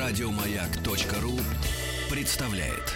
Радиомаяк.ру представляет.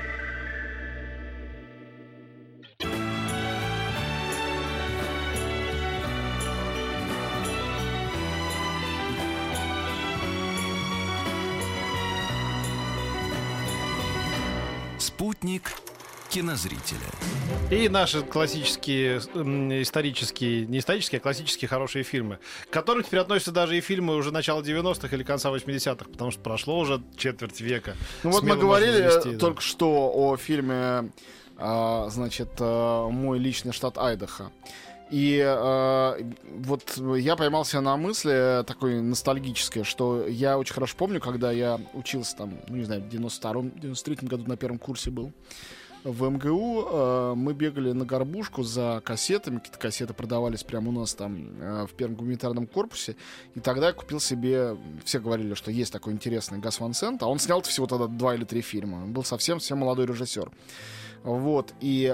Спутник кинозрителя. И наши классические, исторические, не исторические, а классические хорошие фильмы, к которым теперь относятся даже и фильмы уже начала 90-х или конца 80-х, потому что прошло уже четверть века. Ну вот мы говорили только что о фильме, «Мой личный штат Айдахо». И вот я поймал себя на мысли такой ностальгической, что я очень хорошо помню, когда я учился там, в 92-м, 93-м году на первом курсе был в МГУ, мы бегали на горбушку за кассетами, какие-то кассеты продавались прямо у нас там в первом гуманитарном корпусе, и тогда я купил себе, все говорили, что есть такой интересный Гас Ван Сент, а он снял всего тогда 2 или 3 фильма, он был совсем молодой режиссер. Вот, и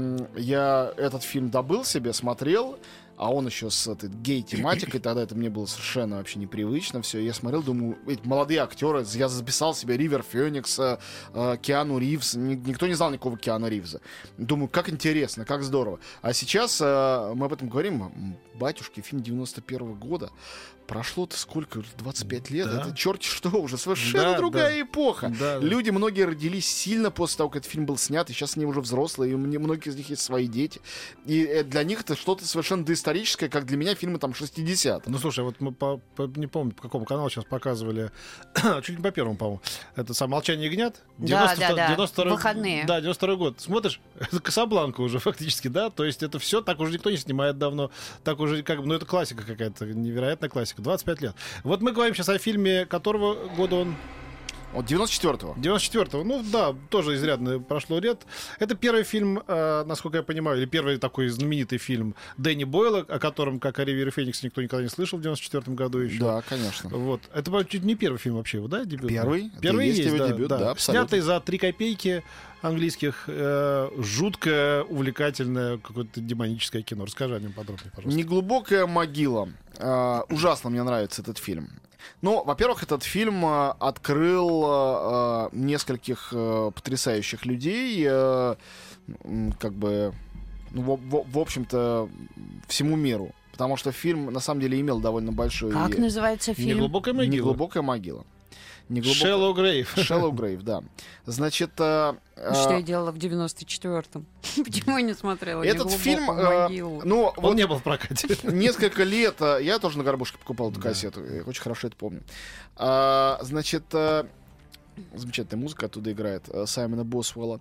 я этот фильм добыл себе, смотрел, а он еще с этой гей-тематикой, тогда это мне было совершенно вообще непривычно все. Я смотрел, думаю, эти молодые актеры, я записал себе Ривер Феникса, Киану Ривз, никто не знал никакого Киану Ривза. Думаю, как интересно, как здорово. А сейчас мы об этом говорим, батюшки, фильм 91-го года. Прошло-то сколько? 25 лет? Да. Это черти что, уже совершенно другая эпоха. Да. Люди, многие родились сильно после того, как этот фильм был снят, и сейчас они уже взрослые, и у многих из них есть свои дети. И для них это что-то совершенно доисторическое, как для меня фильмы там 60-х. Ну, слушай, вот мы не помню, по какому каналу сейчас показывали, чуть не по первому, по-моему, это сам «Молчание ягнят». 92-й, выходные. Да, 92-й год. Смотришь, это «Касабланка» уже фактически, да? То есть это все, так уже никто не снимает давно. Так уже, ну, это классика какая-то, невероятная классика. 25 лет. Вот мы говорим сейчас о фильме, которого года он? От 94-го. 94-го. Ну да, тоже изрядно прошло лет. Это первый фильм, насколько я понимаю, или первый такой знаменитый фильм Дэнни Бойла, о котором, как о Ривере Фениксе, никто никогда не слышал в 94-м году еще. Да, конечно. Вот. Это чуть не первый фильм вообще его, да, дебют? Первый. Первый есть, его да, дебют, да, абсолютно. Снятый за 3 копейки английских, жуткое, увлекательное, какое-то демоническое кино. Расскажи о нем подробнее, пожалуйста. «Неглубокая могила». Ужасно мне нравится этот фильм. Ну, во-первых, этот фильм открыл нескольких потрясающих людей, как бы, ну, в общем-то, всему миру. Потому что фильм, на самом деле, имел довольно большой... Как называется фильм? «Неглубокая могила». «Неглубокая могила». Shallow Grave. Shallow Grave, да. Значит... Что я делала в 94-м? Почему я не смотрела этот фильм, он вот не был в прокате. Несколько лет, я тоже на горбушке покупал эту кассету, я очень хорошо это помню. Значит, замечательная музыка оттуда играет, Саймона Босвелла.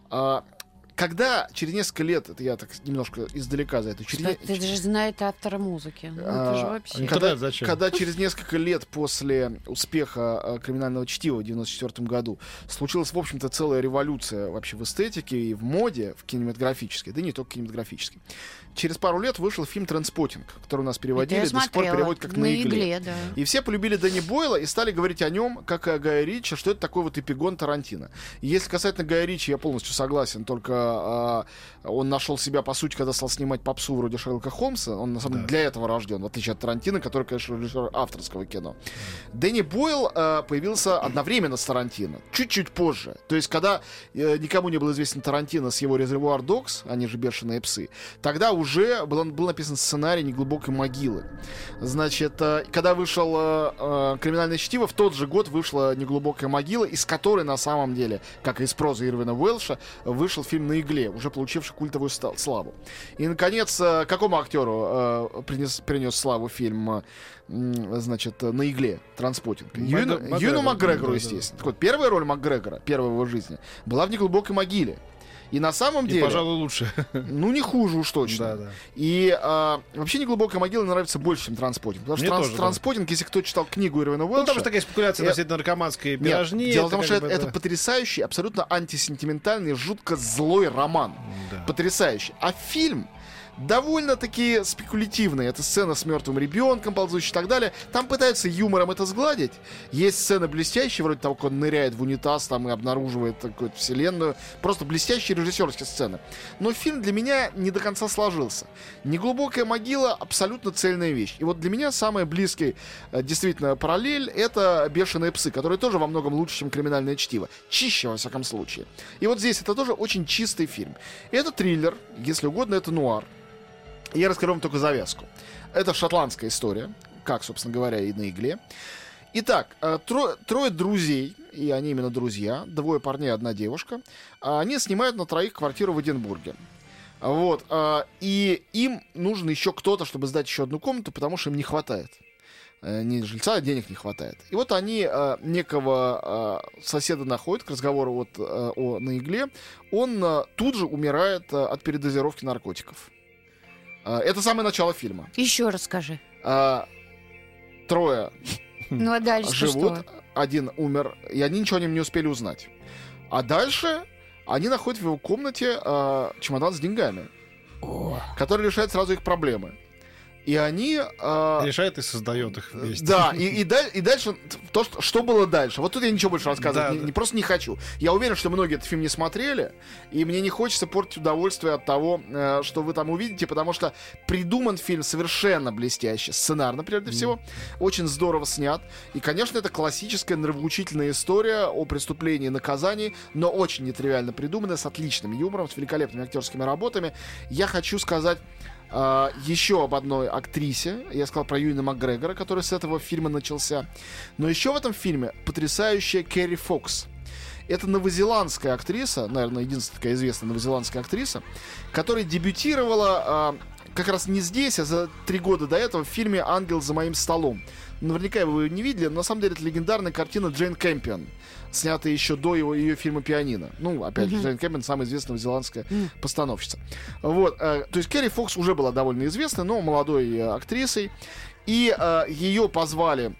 Когда через несколько лет, это я так немножко издалека за это... Ты же знаешь автора музыки. Это же вообще... Когда через несколько лет после успеха «Криминального чтива» в 94 году случилась, в общем-то, целая революция вообще в эстетике и в моде, в кинематографической, да и не только кинематографической. Через пару лет вышел фильм «Транспотинг», который у нас переводили, до сих пор переводят как «На игле». Да. И все полюбили Дэнни Бойла и стали говорить о нем, как и о Гае Ричи, что это такой вот эпигон Тарантино. И если касательно Гая Ричи, я полностью согласен, только он нашел себя, по сути, когда стал снимать попсу вроде Шерлока Холмса. Он, на самом деле, для этого рожден, в отличие от Тарантино, который, конечно, режиссер авторского кино. Дэнни Бойл появился одновременно с Тарантино, чуть-чуть позже. То есть, когда никому не был известен Тарантино с его «Резервуар Догс», они же «Бешеные псы», тогда уже был написан сценарий «Неглубокой могилы». Значит, когда вышел «Криминальное чтиво», в тот же год вышла «Неглубокая могила», из которой, на самом деле, как и из прозы Ирвина Уэлша, вышел фильм «На игле», уже получивший культовую славу. И, наконец, какому актеру принес славу фильм, значит, «На игле», «Транспотинг»? Юэну Макгрегору, естественно. Так вот, первая роль Макгрегора, первая в его жизни, была в «Неглубокой могиле». И на самом деле... пожалуй, лучше. Ну, не хуже уж точно. Да. И вообще «Неглубокая могила» нравится больше, чем «Транспотинг». Потому что «Транспотинг», если кто читал книгу Ирвина Уэлша... Ну, там же такая спекуляция относительно наркоманской пирожни. Дело в том, что это потрясающий, абсолютно антисентиментальный, жутко злой роман. Да. Потрясающий. А фильм довольно-таки спекулятивные. Это сцена с мертвым ребенком, ползущей и так далее. Там пытаются юмором это сгладить. Есть сцены блестящие, вроде того, как он ныряет в унитаз там и обнаруживает какую-то вселенную. Просто блестящие режиссерские сцены. Но фильм для меня не до конца сложился. «Неглубокая могила» — абсолютно цельная вещь. И вот для меня самый близкий действительно параллель — это «Бешеные псы», которые тоже во многом лучше, чем «Криминальное чтиво». Чище, во всяком случае. И вот здесь это тоже очень чистый фильм. Это триллер, если угодно, это нуар. Я расскажу вам только завязку. Это шотландская история, как, собственно говоря, и на игле. Итак, трое друзей, и они именно друзья, двое парней, одна девушка, они снимают на троих квартиру в Эдинбурге. Вот, и им нужен еще кто-то, чтобы сдать еще одну комнату, потому что им не хватает. Не жильца, а денег не хватает. И вот они некого соседа находят к разговору вот, на игле. Он тут же умирает от передозировки наркотиков. Это самое начало фильма. Еще расскажи. Трое Ну а дальше живут, что? один умер, и они ничего о нем не успели узнать. А дальше они находят в его комнате чемодан с деньгами, который решает сразу их проблемы. И они... Решает и создает их вместе. Да, и дальше то, что было дальше. Вот тут я ничего больше рассказывать просто не хочу. Я уверен, что многие этот фильм не смотрели, и мне не хочется портить удовольствие от того, что вы там увидите, потому что придуман фильм совершенно блестяще. Сценарно, прежде всего. Очень здорово снят. И, конечно, это классическая нравоучительная история о преступлении и наказании, но очень нетривиально придуманная, с отличным юмором, с великолепными актерскими работами. Я хочу сказать еще об одной актрисе. Я сказал про Юэна Макгрегора, который с этого фильма начался. Но еще в этом фильме потрясающая Керри Фокс. Это новозеландская актриса, наверное, единственная такая известная новозеландская актриса, которая дебютировала как раз не здесь, а за 3 года до этого в фильме «Ангел за моим столом». Наверняка вы ее не видели, но на самом деле это легендарная картина Джейн Кэмпион, снятая еще до ее фильма «Пианино». Ну, опять же, Джейн Кэмпион — самая известная новозеландская постановщица. Вот, то есть Керри Фокс уже была довольно известной, но молодой актрисой. И ее позвали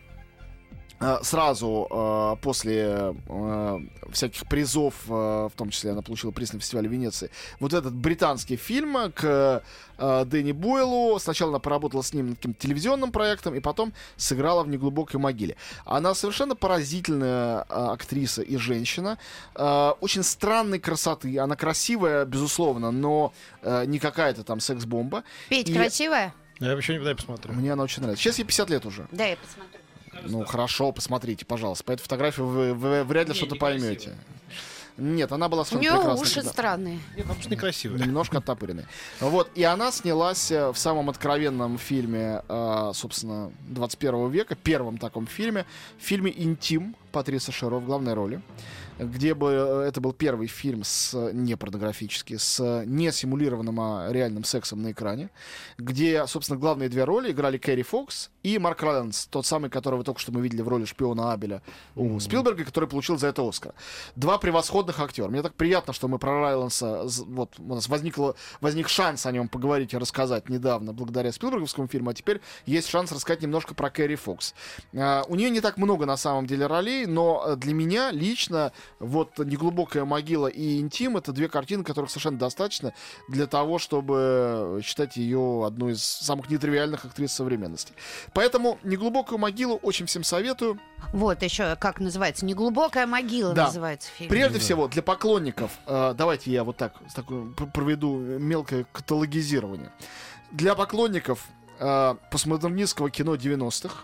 сразу после всяких призов, в том числе она получила приз на фестивале Венеции, вот этот британский фильм к Дэнни Бойлу. Сначала она поработала с ним над каким-то телевизионным проектом, и потом сыграла в «Неглубокой могиле». Она совершенно поразительная актриса и женщина, очень странной красоты. Она красивая, безусловно, но не какая-то там секс-бомба. Петь, красивая? Я еще не посмотрю. Мне она очень нравится. Сейчас ей 50 лет уже. Да, я посмотрю. Ну, хорошо, посмотрите, пожалуйста. По этой фотографии вы вряд ли что-то поймете. Нет, она была У совершенно нее прекрасна. уши странные. Нет, потому что некрасивая. Немножко оттопыренные. Вот, и она снялась в самом откровенном фильме, собственно, 21 века, первом таком фильме, в фильме «Интим» Патриса Шеро в главной роли, где бы это был первый фильм не порнографический, с не симулированным, а реальным сексом на экране, где, собственно, главные 2 роли играли Керри Фокс и Марк Райланс, тот самый, которого только что мы видели в роли шпиона Абеля у Спилберга, который получил за это Оскар. 2 превосходных актера. Мне так приятно, что мы про Райланса, вот у нас возник шанс о нем поговорить и рассказать недавно благодаря Спилберговскому фильму, а теперь есть шанс рассказать немножко про Керри Фокс. У нее не так много на самом деле ролей, но для меня лично вот «Неглубокая могила» и «Интим» — это 2 картины, которых совершенно достаточно для того, чтобы считать ее одной из самых нетривиальных актрис современности. Поэтому «Неглубокую могилу» очень всем советую. Вот еще, как называется, «Неглубокая могила» называется фильм. Прежде всего, для поклонников, давайте я вот так проведу мелкое каталогизирование. Для поклонников постмодернистского кино 90-х,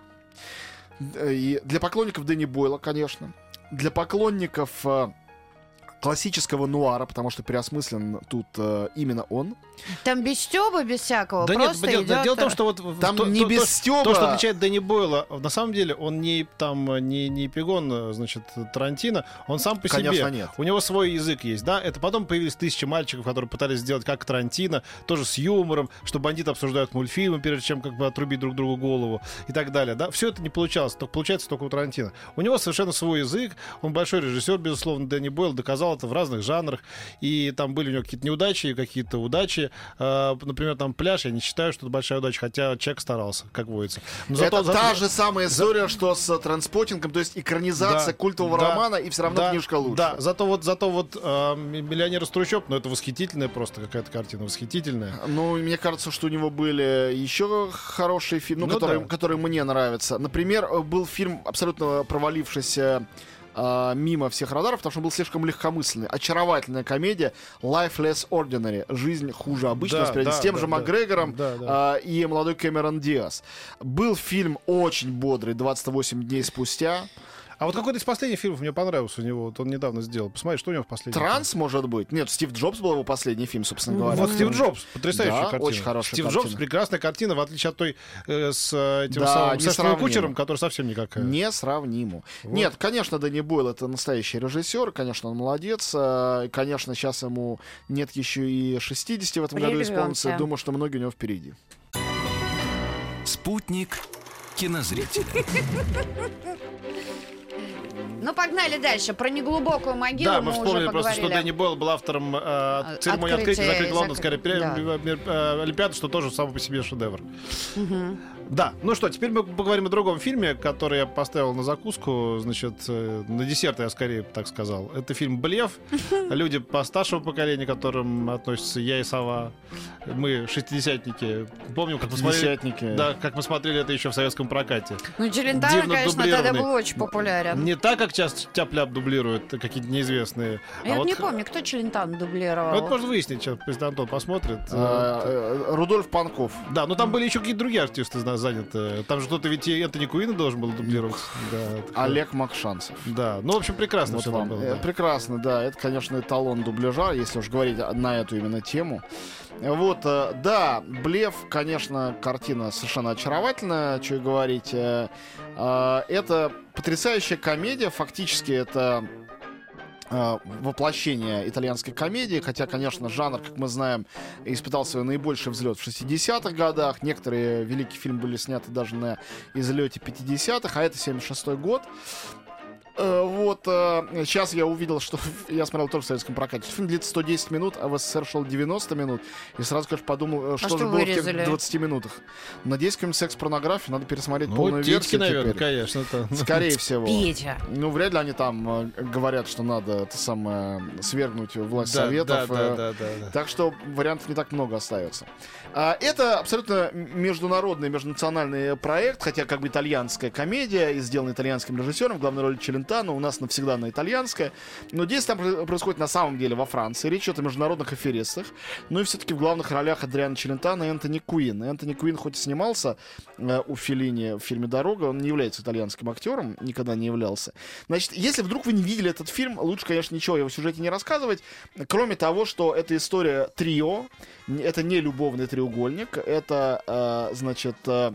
и для поклонников Дэнни Бойла, конечно, для поклонников классического нуара, потому что переосмыслен тут именно он. Там без стёба, без всякого, да просто нет, идёт... дело в том, что вот там не без стёба. То, что отличает Дэнни Бойла, на самом деле он не эпигон, значит, Тарантино, он сам по себе. Конечно, нет. У него свой язык есть, да? Это потом появились 1000 мальчиков, которые пытались сделать как Тарантино, тоже с юмором, что бандиты обсуждают мультфильмы, перед чем как бы отрубить друг другу голову и так далее, да? Все это не получалось, получается только у Тарантино. У него совершенно свой язык, он большой режиссер, безусловно, Дэнни Бойл доказал снимал это в разных жанрах, и там были у него какие-то неудачи и какие-то удачи. Например, там «Пляж», я не считаю, что это большая удача, хотя человек старался, как водится. Но это та же самая история, что с «Транспотингом», то есть экранизация культового романа, и все равно книжка лучше. Да, зато вот «Миллионер из трущоб», ну это восхитительная просто какая-то картина, восхитительная. Ну, мне кажется, что у него были еще хорошие фильмы, которые мне нравятся. Например, был фильм, абсолютно провалившийся мимо всех радаров, потому что он был слишком легкомысленный. Очаровательная комедия «Life Less Ordinary». «Жизнь хуже обычного», с тем же Макгрегором и молодой Кэмерон Диаз. Был фильм очень бодрый «28 дней спустя». А вот какой-то из последних фильмов мне понравился у него. Вот он недавно сделал. Посмотри, что у него в последнем. «Транс», может быть? Нет, «Стив Джобс» был его последний фильм, собственно говоря. Вот «Стив Джобс». Потрясающая картина. Очень хорошая «Стив картина. Джобс» — прекрасная картина, в отличие от той с этим самым Сэшем Кутчером, который совсем никакая. Несравнимо. Вот. Нет, конечно, Дэнни Бойл — это настоящий режиссер. Конечно, он молодец. Конечно, сейчас ему нет еще и 60 в этом году исполнится. Думаю, что многие у него впереди. Спутник кинозрителя. Ну, погнали дальше. Про неглубокую могилу да, мы вспомнили уже просто, что Дэнни Бойл был автором церемонии открытия и закрытия Лондонской Олимпиады, что тоже сам по себе шедевр. Да, ну что, теперь мы поговорим о другом фильме, который я поставил на закуску, значит, на десерт, я скорее так сказал. Это фильм «Блеф». Люди постаршего поколения, к которым относятся я и Сова. Мы шестидесятники. Помним, как мы смотрели, да, как мы смотрели это еще в советском прокате. Ну, Челентано, конечно, тогда был очень популярен. Не так, как сейчас Тяп-ляп дублируют какие-то неизвестные. Я вот не помню, кто Челентано дублировал. Вот можно выяснить, сейчас пусть Антон посмотрит. Рудольф Панков. Да, но там были еще какие-то другие артисты заняты. Там же кто-то ведь и Энтони Куинна должен был дублировать. Да, Олег Макшанцев. Да, ну, в общем, прекрасно вот все там было. Прекрасно, да. Это, конечно, эталон дубляжа, если уж говорить на эту именно тему. Вот, да, «Блеф», конечно, картина совершенно очаровательная, что и говорить. Это потрясающая комедия, фактически это воплощение итальянской комедии, хотя, конечно, жанр, как мы знаем, испытал свой наибольший взлет в 60-х годах. Некоторые великие фильмы были сняты даже на излете 50-х, а это 76-й год. Вот, сейчас я увидел, что я смотрел тоже в советском прокате. Фильм длится 110 минут, а в СССР шел 90 минут. И сразу, конечно, подумал, что же было в тех 20 минутах. Надеюсь, какую-нибудь секс-порнографию надо пересмотреть полную версию. Наверное, конечно. Скорее всего. Петя. Ну, вряд ли они там говорят, что надо это самое свергнуть власть советов. Да. Так что вариантов не так много остается. Это абсолютно международный, межнациональный проект, хотя как бы итальянская комедия, и сделана итальянским режиссером, в главной роли Челентано, у нас навсегда на итальянское. Но действие там происходит на самом деле во Франции. Речь идет о международных аферистах. Ну и все-таки в главных ролях Адриано Челентано и Энтони Куин. Энтони Куин хоть и снимался у Феллини в фильме «Дорога», он не является итальянским актером, никогда не являлся. Значит, если вдруг вы не видели этот фильм, лучше, конечно, ничего о его сюжете не рассказывать, кроме того, что это история трио, это не любовный треугольник, это, значит...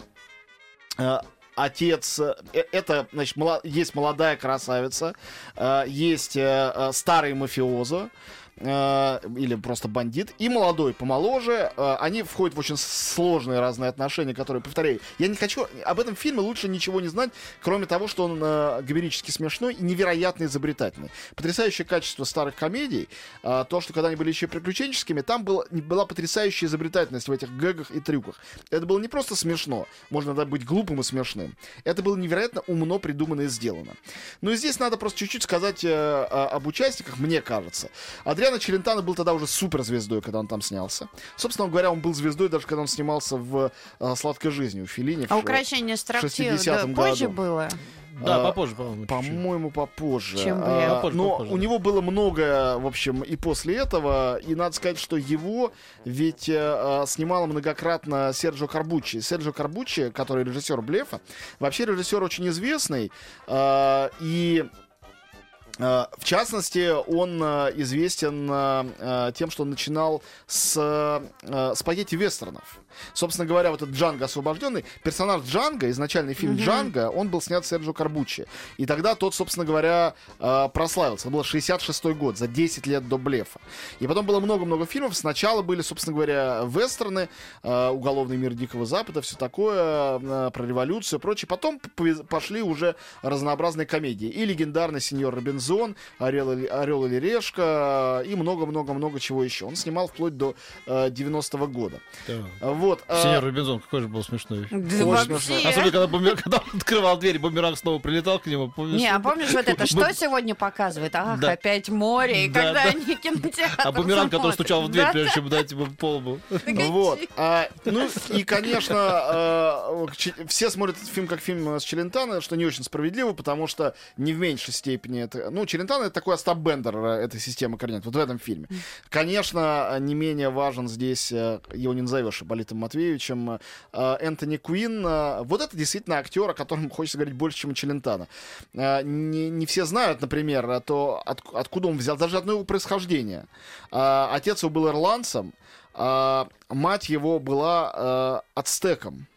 Отец, это, значит, есть молодая красавица, есть старый мафиозо, или просто бандит, и молодой помоложе. Они входят в очень сложные разные отношения, которые, повторяю, я не хочу об этом фильме лучше ничего не знать, кроме того, что он гомерически смешной и невероятно изобретательный. Потрясающее качество старых комедий, то, что когда они были еще приключенческими, там была потрясающая изобретательность в этих гэгах и трюках. Это было не просто смешно, можно быть глупым и смешным. Это было невероятно умно придумано и сделано. Но и здесь надо просто чуть-чуть сказать об участниках, мне кажется. Адриано Челентано был тогда уже суперзвездой, когда он там снялся. Собственно говоря, он был звездой даже когда он снимался в «Сладкой жизни» у Феллини. А «Укрощение строптивого» позже было? Да, попозже, по-моему. По-моему, попозже. Чем но у него было много, в общем, и после этого. И надо сказать, что его ведь снимала многократно Серджио Карбуччи. Серджио Карбуччи, который режиссер «Блефа», вообще режиссер очень известный. И... В частности, он известен тем, что он начинал с спагетти-вестернов. Собственно говоря, вот этот Джанго освобожденный, персонаж Джанго, изначальный фильм Джанго, он был снят Серджио Карбуччи. И тогда тот, собственно говоря, прославился. Это был 66-й год, за 10 лет до «Блефа». И потом было много-много фильмов. Сначала были, собственно говоря, вестерны, «Уголовный мир Дикого Запада», все такое, про революцию и прочее. Потом пошли уже разнообразные комедии. И легендарный «Сеньор Робинзон», Зон, Орел или Решка и много-много-много чего еще. Он снимал вплоть до 90-го года. Да. Вот. Сеньор Робинзон, какой же был смешной. Да Очень вообще. Особенно, когда он открывал дверь, бумеранг снова прилетал к нему. Помнишь? Не, а помнишь вот это, что сегодня показывает? Ах, Да. опять море, и Да, когда да. они кинотеатр А бумеранг, который смотрят. стучал в дверь, Да, прежде чем дать ему по лбу. Вот. Ну и, конечно, все смотрят этот фильм как фильм с Челентано, что не очень справедливо, потому что не в меньшей степени это... Ну, Челентано — это такой Остап Бендер этой системы координат, вот в этом фильме. Конечно, не менее важен здесь, его не назовешь Ипполитом Матвеевичем, Энтони Куин. Вот это действительно актер, о котором хочется говорить больше, чем о Челентано. Не все знают, например, откуда он взял, даже одно его происхождение. Отец его был ирландцем, мать его была ацтеком.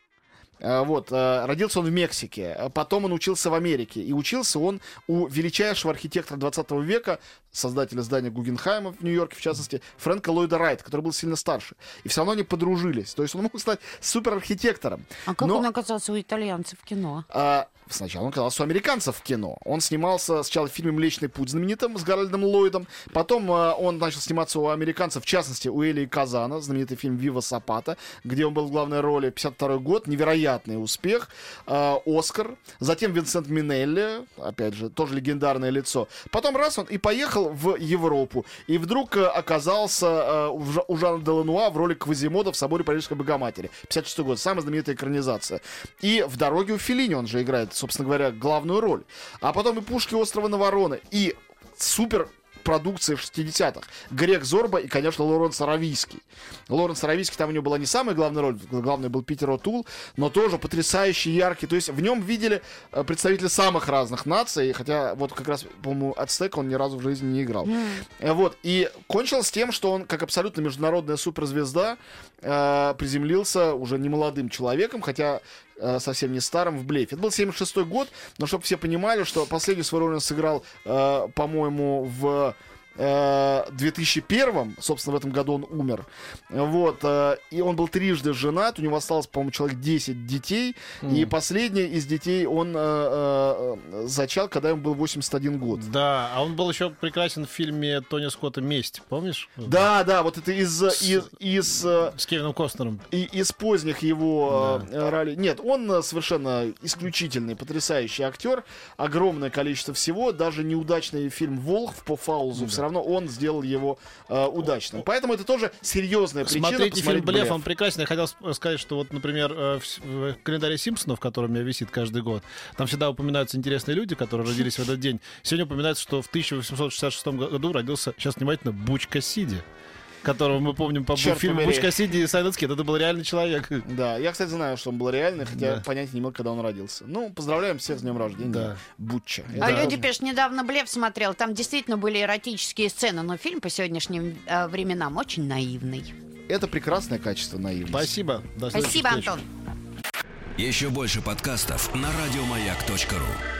Вот, родился он в Мексике, потом он учился в Америке, и учился он у величайшего архитектора 20 века, создателя здания Гугенхайма в Нью-Йорке, в частности, Фрэнка Ллойда Райта, который был сильно старше. И все равно они подружились. То есть он мог стать суперархитектором. А как он оказался у итальянцев в кино? Сначала он оказался у американцев в кино. Он снимался сначала в фильме «Млечный путь» знаменитым с Гарольдом Ллойдом. Потом он начал сниматься у американцев, в частности, у Элии Казана, знаменитый фильм «Вива Сапата», где он был в главной роли. 52 год, невероятный успех. Оскар. Затем Винсент Минелли, опять же, тоже легендарное лицо. Потом раз он и поехал в Европу. И вдруг оказался у Жана Делануа в роли Квазимода в соборе Парижской Богоматери. 56 год, самая знаменитая экранизация. И в «Дороге у Феллини» он же играет, собственно говоря, главную роль. А потом и «Пушки острова Наварона», и супер продукции 60-х. Грег Зорба и, конечно, Лоренс Аравийский. Лоренс Аравийский, там у него была не самая главная роль, главный был Питер О'Тул, но тоже потрясающий, яркий. То есть в нем видели представители самых разных наций, хотя вот как раз, по-моему, ацтека он ни разу в жизни не играл. Вот. И кончилось тем, что он, как абсолютно международная суперзвезда, приземлился уже немолодым человеком, хотя совсем не старым, в «Блефе». Это был 76-й год, но чтобы все понимали, что последнюю свою роль он сыграл, по-моему, в 2001, собственно, в этом году он умер. Вот. И он был трижды женат, у него осталось, по-моему, человек 10 детей, и последний из детей он зачал, когда ему был 81 год. Да, а он был еще прекрасен в фильме Тони Скотта «Месть», помнишь? Да, вот это с Кевином Костнером. из поздних его ролей. Нет, он совершенно исключительный, потрясающий актер. Огромное количество всего. Даже неудачный фильм «Волхв» по Фаулзу, все равно он сделал его удачным. Поэтому это тоже серьезная причина Смотрите фильм посмотреть «Блеф», он прекрасный. Я хотел сказать, что вот, например, в календаре Симпсонов, который у меня висит каждый год, там всегда упоминаются интересные люди, которые родились в этот день. Сегодня упоминается, что в 1866 году родился, сейчас внимательно, Буч Кассиди, которого мы помним по фильму «Буч Кассиди» и «Сайлент Кид». Это был реальный человек. Да, я, кстати, знаю, что он был реальный, хотя понятия не имел, когда он родился. Ну, поздравляем всех с днем рождения, Бутча. А люди пишут, недавно «Блеф» смотрел, там действительно были эротические сцены, но фильм по сегодняшним временам очень наивный. Это прекрасное качество наивности. Спасибо. До следующих Спасибо, встреч. Антон. Еще больше подкастов на радиомаяк.ру.